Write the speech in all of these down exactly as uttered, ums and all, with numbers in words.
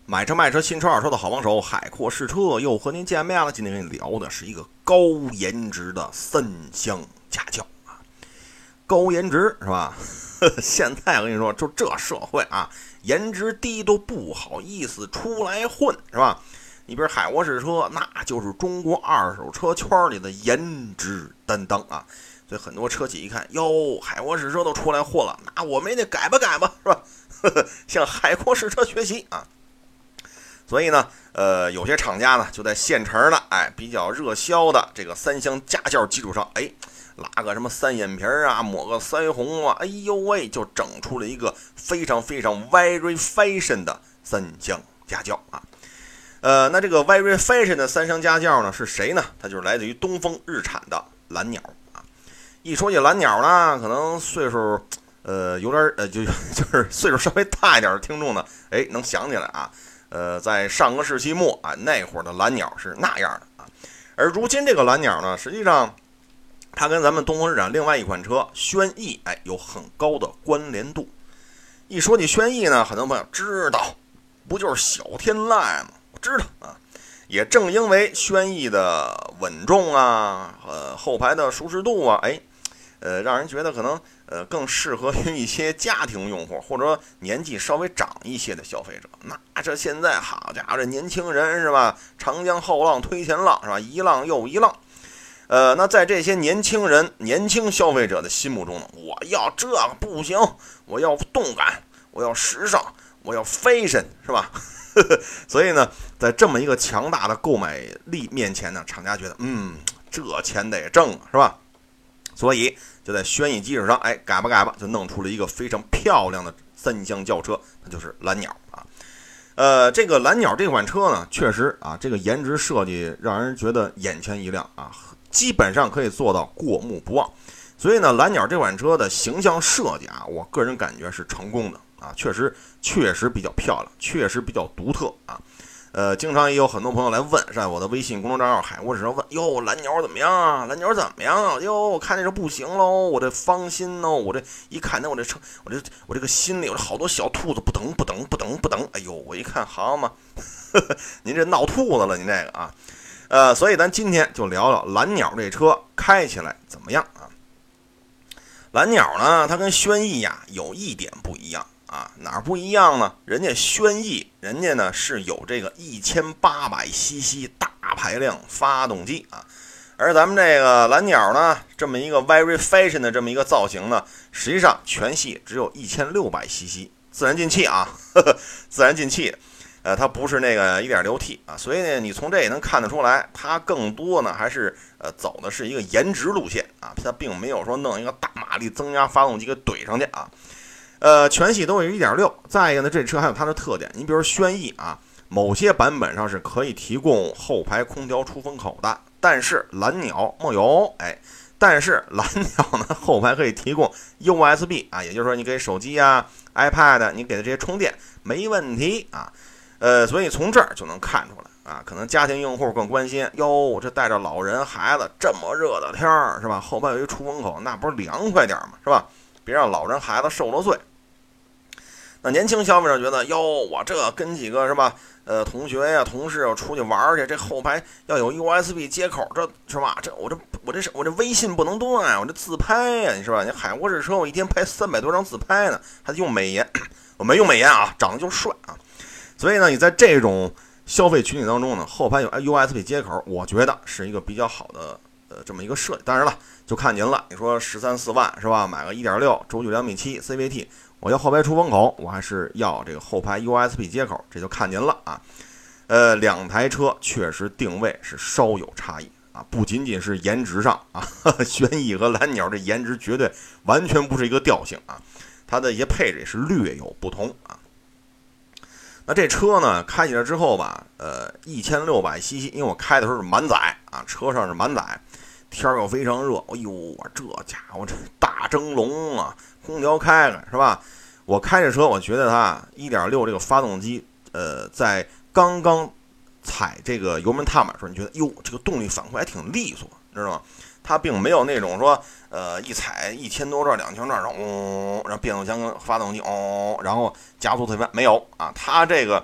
买车卖车新车二手车的好帮手海阔试车又和您见面了。今天跟你聊的是一个高颜值的三厢家轿啊，高颜值是吧？现在我跟你说，就这社会啊，颜值低都不好意思出来混是吧？你比如海阔试车，那就是中国二手车圈里的颜值担当啊。所以很多车企一看，哟，海阔试车都出来混了，那我们也得改吧改吧是吧？向海阔试车学习啊。所以呢，呃，有些厂家呢就在现成的，哎，比较热销的这个三厢家轿基础上，哎，拉个什么三眼皮啊，抹个腮红啊，哎呦喂，就整出了一个非常非常 very fashion 的三厢家轿啊。呃，那这个 very fashion 的三厢家轿呢是谁呢？它就是来自于东风日产的蓝鸟啊。一说起蓝鸟呢，可能岁数呃有点呃就就是岁数稍微大一点的听众呢，哎，能想起来啊。呃，在上个世纪末啊，那会儿的蓝鸟是那样的啊，而如今这个蓝鸟呢，实际上它跟咱们东风日产另外一款车轩逸，哎，有很高的关联度。一说起轩逸呢，很多朋友知道，不就是小天籁吗？我知道啊。也正因为轩逸的稳重啊，呃，后排的舒适度啊，哎，呃，让人觉得可能呃更适合于一些家庭用户，或者说年纪稍微长一些的消费者。那这现在好家伙，这年轻人是吧？长江后浪推前浪是吧？一浪又一浪。呃，那在这些年轻人、年轻消费者的心目中呢，我要这个不行，我要动感，我要时尚，我要 fashion 是吧？所以呢，在这么一个强大的购买力面前呢，厂家觉得，嗯，这钱得挣是吧？所以就在轩逸基础上，哎，改吧改吧，就弄出了一个非常漂亮的三厢轿车，那就是蓝鸟啊。呃，这个蓝鸟这款车呢，确实啊，这个颜值设计让人觉得眼前一亮啊，基本上可以做到过目不忘。所以呢，蓝鸟这款车的形象设计啊，我个人感觉是成功的啊，确实确实比较漂亮，确实比较独特啊。呃，经常也有很多朋友来问，在我的微信公众账号海沃士问，哟，蓝鸟怎么样啊？蓝鸟怎么样啊？哟，我看这车不行喽，我这放心喽，我这一看到我这车，我这我这个心里有好多小兔子，不等不等不等不等，哎呦，我一看好嘛，呵呵，您这闹兔子了，您这个啊，呃，所以咱今天就聊聊蓝鸟这车开起来怎么样啊？蓝鸟呢，它跟轩逸呀有一点不一样。啊，哪儿不一样呢？人家轩逸，人家呢是有这个一千八百 C C 大排量发动机啊，而咱们这个蓝鸟呢，这么一个 very fashion 的这么一个造型呢，实际上全系只有一千六百 C C 自然进气啊，呵呵，自然进气，呃，它不是那个 一点六 T 啊，所以呢，你从这也能看得出来，它更多呢还是呃走的是一个颜值路线啊，它并没有说弄一个大马力增压发动机给怼上去啊。呃，全系都是 一点六。再一个呢，这车还有它的特点，你比如轩逸啊，某些版本上是可以提供后排空调出风口的，但是蓝鸟没有，哎，但是蓝鸟呢后排可以提供 U S B 啊，也就是说你给手机啊、iPad 你给的这些充电没问题啊。呃，所以从这儿就能看出来啊，可能家庭用户更关心，哟，这带着老人孩子这么热的天儿是吧？后排有一出风口，那不是凉快点吗？是吧？别让老人孩子受了罪。那年轻消费者觉得，哟，我这跟几个是吧，呃，同学呀、同事要出去玩去，这后排要有 U S B 接口，这是吧？这我这我这我这微信不能断，我这自拍呀，你是吧？你海沃士车我一天拍三百多张自拍呢，还得用美颜，我没用美颜啊，长得就帅啊。所以呢，你在这种消费群体当中呢，后排有 U S B 接口，我觉得是一个比较好的呃这么一个设计。当然了，就看您了，你说十三四万是吧？买个 一点六 轴距两米七 C V T。我要后排出风口，我还是要这个后排 U S B 接口，这就看您了啊。呃，两台车确实定位是稍有差异啊，不仅仅是颜值上啊，呵呵，轩逸和蓝鸟这颜值绝对完全不是一个调性啊，它的一些配置也是略有不同啊。那这车呢，开起来之后吧，呃，一千六百 C C， 因为我开的时候是满载啊，车上是满载。天又非常热，哎呦，我这家伙这大蒸笼啊，空调开开是吧？我开这车，我觉得它 一点六 这个发动机，呃，在刚刚踩这个油门踏板的时候，你觉得哟，这个动力反馈还挺利索，知道吗？它并没有那种说，呃，一踩一千多转、两千转，然后，哦，然后变速箱跟发动机，哦，然后加速特别慢，没有啊，它这个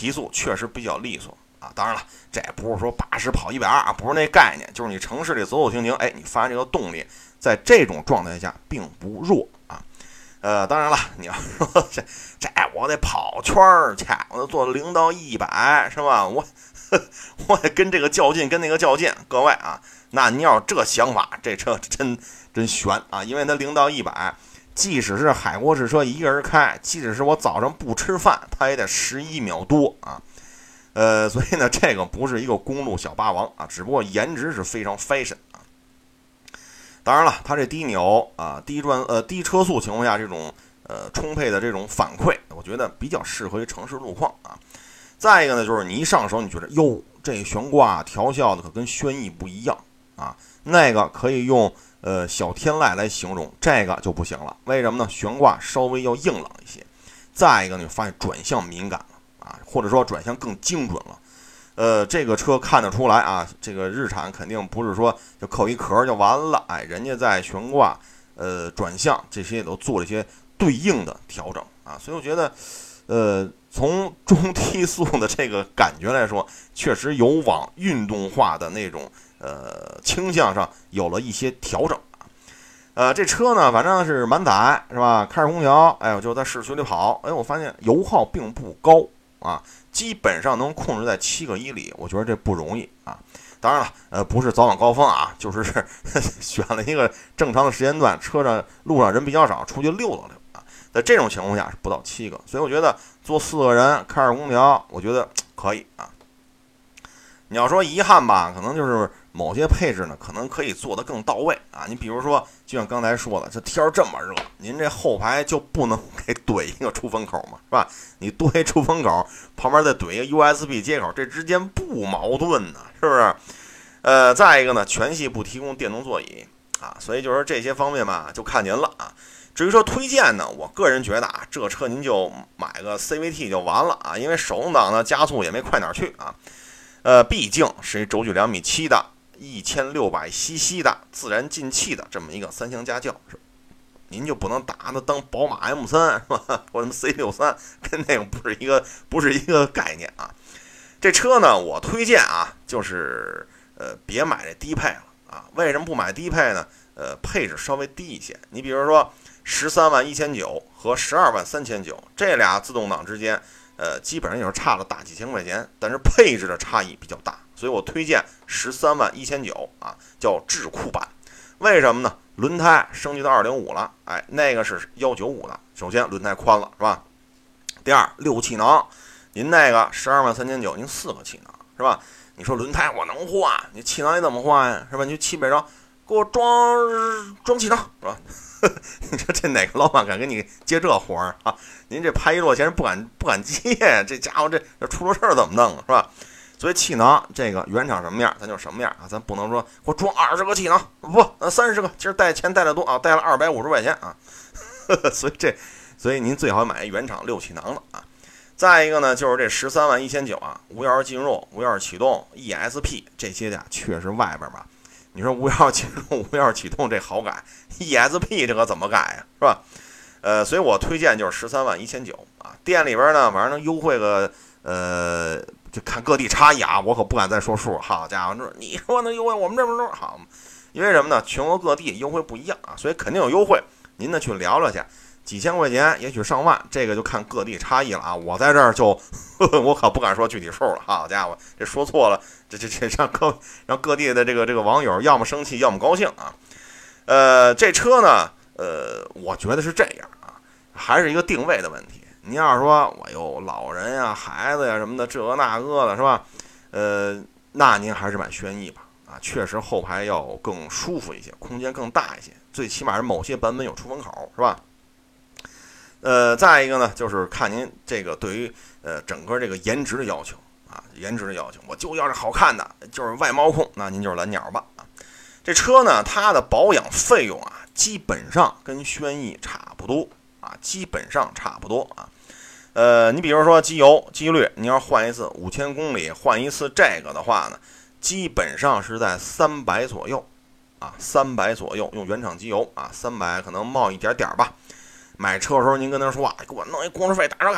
提速确实比较利索啊。当然了，这也不是说八十跑一百二啊，不是那概念，就是你城市里走走停停，哎，你发现这个动力在这种状态下并不弱啊。呃，当然了，你要说这这我得跑圈儿去，我得做零到一百是吧？我我得跟这个较劲，跟那个较劲，各位啊，那你要这想法，这车真真悬啊，因为它零到一百。即使是海阔试车一个人开，即使是我早上不吃饭，它也得十一秒多啊。呃，所以呢，这个不是一个公路小霸王啊，只不过颜值是非常 fashion 啊。当然了，它这低扭啊、低转呃低车速情况下这种呃充沛的这种反馈，我觉得比较适合于城市路况啊。再一个呢，就是你一上手，你觉得哟，这悬挂调校的可跟轩逸不一样啊，那个可以用。呃，小天籁来形容，这个就不行了。为什么呢？悬挂稍微要硬朗一些。再一个，你发现转向敏感了啊，或者说转向更精准了。呃，这个车看得出来啊，这个日产肯定不是说就扣一壳就完了，哎，人家在悬挂、呃转向这些也都做了一些对应的调整啊。所以我觉得，呃，从中低速的这个感觉来说，确实有往运动化的那种。呃，倾向上有了一些调整啊。呃，这车呢，反正是满载是吧？开着空调，哎，我就在市区里跑，哎，我发现油耗并不高啊，基本上能控制在七个以里，我觉得这不容易啊。当然了，呃，不是早晚高峰啊，就是选了一个正常的时间段，车上路上人比较少，出去溜达溜啊。在这种情况下是不到七个，所以我觉得坐四个人开着空调，我觉得可以啊。你要说遗憾吧，可能就是某些配置呢，可能可以做得更到位啊。你比如说，就像刚才说的，这天儿这么热，您这后排就不能给怼一个出风口嘛，是吧？你多一出风口，旁边再怼一个 U S B 接口，这之间不矛盾呢，是不是？呃，再一个呢，全系不提供电动座椅啊，所以就是这些方面嘛，就看您了啊。至于说推荐呢，我个人觉得啊，这车您就买个 C V T 就完了啊，因为手动挡呢加速也没快哪去啊。呃，毕竟是一轴距两米七的、一千六百 C C 的自然进气的这么一个三厢家轿，是您就不能打那当宝马 M 三 是吧？或者什么 C 六三，跟那个不是一个不是一个概念啊。这车呢，我推荐啊，就是呃别买这低配了啊。为什么不买低配呢？呃，配置稍微低一些。你比如说十三万一千九和十二万三千九这俩自动挡之间。呃，基本上也是差了大几千块钱，但是配置的差异比较大，所以我推荐十三万一千九啊，叫智酷版。为什么呢？轮胎升级到二零五了，哎，那个是一九五的。首先轮胎宽了，是吧？第二，六气囊，您那个十二万三千九，您四个气囊，是吧？你说轮胎我能换，你气囊你怎么换呀？是吧？你就汽配城给我装装气囊，是吧？你说这哪个老板敢给你接这活儿啊？您这拍一摞钱不敢不敢接，这家伙这这出了事儿怎么弄是吧？所以气囊这个原厂什么样咱就什么样啊，咱不能说我装二十个气囊不呃三十个，其实带钱带的多啊，带了二百五十块钱啊，呵呵，所以这所以您最好买原厂六气囊的啊。再一个呢，就是这十三万一千九啊，无钥匙进入、无钥匙启动、E S P 这些呀，确实外边吧。你说无钥匙进入、无钥匙启动这好改 ，E S P 这个怎么改呀、啊？是吧？呃，所以我推荐就是十三万一千九啊。店里边呢，反正能优惠个呃，就看各地差异啊，我可不敢再说数。好家伙，这你说那优惠，我们这边都好，因为什么呢？全国各地优惠不一样啊，所以肯定有优惠。您呢去聊聊去，几千块钱，也许上万，这个就看各地差异了啊。我在这儿就，呵呵我可不敢说具体数了。好家伙，这说错了。这这这让各让各地的这个这个网友要么生气要么高兴啊，呃，这车呢，呃，我觉得是这样啊，还是一个定位的问题。您要是说我有老人呀、孩子呀什么的，这个那个的是吧？呃，那您还是买轩逸吧，啊，确实后排要更舒服一些，空间更大一些，最起码是某些版本有出风口，是吧？呃，再一个呢，就是看您这个对于呃整个这个颜值的要求。啊，颜值的要求，我就要是好看的，就是外貌控，那您就是蓝鸟吧。啊，这车呢，它的保养费用啊，基本上跟轩逸差不多啊，基本上差不多啊。呃，你比如说机油、机滤，你要换一次五千公里换一次这个的话呢，基本上是在三百左右啊，三百左右用原厂机油啊，三百可能冒一点点吧。买车的时候您跟他说啊，给我弄一工时费打折卡。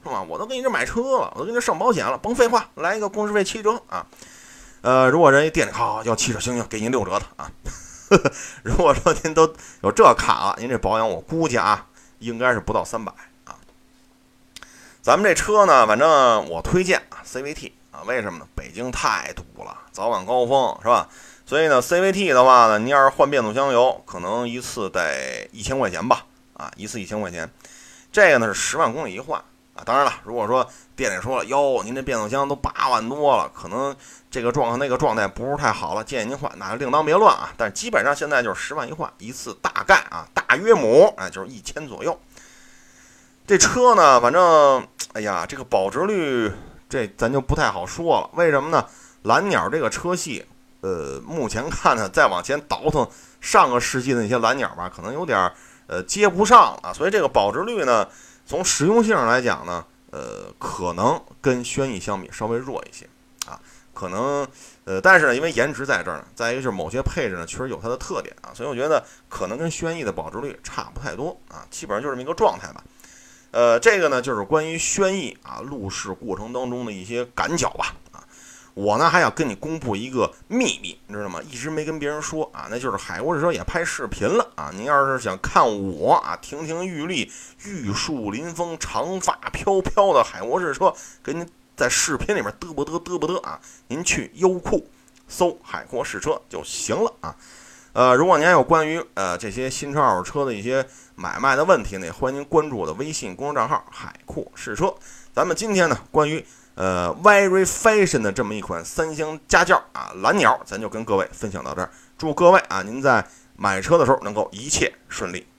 是吧？我都给你这买车了，我都给你这上保险了，甭废话，来一个工时费七折啊。呃，如果人家店里好要七折，行行，给您六折的啊。如果说您都有这卡了，您这保养我估计啊，应该是不到三百啊。咱们这车呢，反正我推荐啊 C V T 啊，为什么呢？北京太堵了，早晚高峰是吧？所以呢 C V T 的话呢，您要是换变速箱油，可能一次得一千块钱吧，啊，一次一千块钱。这个呢是十万公里一换啊。当然了，如果说店里说了，哟，您这变速箱都八万多了，可能这个状态那个状态不是太好了，建议您换，那就另当别论啊。但是基本上现在就是十万一换，一次大概啊，大约母哎就是一千左右。这车呢，反正哎呀，这个保值率这咱就不太好说了。为什么呢？蓝鸟这个车系，呃，目前看呢，再往前倒腾上个世纪的那些蓝鸟吧，可能有点呃接不上啊。所以这个保值率呢，从实用性上来讲呢，呃，可能跟轩逸相比稍微弱一些啊。可能呃，但是呢，因为颜值在这儿呢，再一个就是某些配置呢，确实有它的特点啊，所以我觉得可能跟轩逸的保值率差不太多啊，基本上就这么一个状态吧。呃，这个呢就是关于轩逸啊路试过程当中的一些感脚吧啊。我呢还要跟你公布一个秘密，你知道吗？一直没跟别人说啊，那就是海沃士车也拍视频了啊。您要是想看我啊亭亭玉立、玉树临风、长发飘飘的海沃士车，跟您在视频里面嘚啵嘚嘚啵嘚啊，您去优酷搜海沃士车就行了啊。呃，如果您还有关于呃这些新车二手车的一些买卖的问题呢，也欢迎您关注我的微信公众账号海阔试车。咱们今天呢，关于呃 Very Fashion 的这么一款三厢家轿啊蓝鸟，咱就跟各位分享到这儿。祝各位啊您在买车的时候能够一切顺利。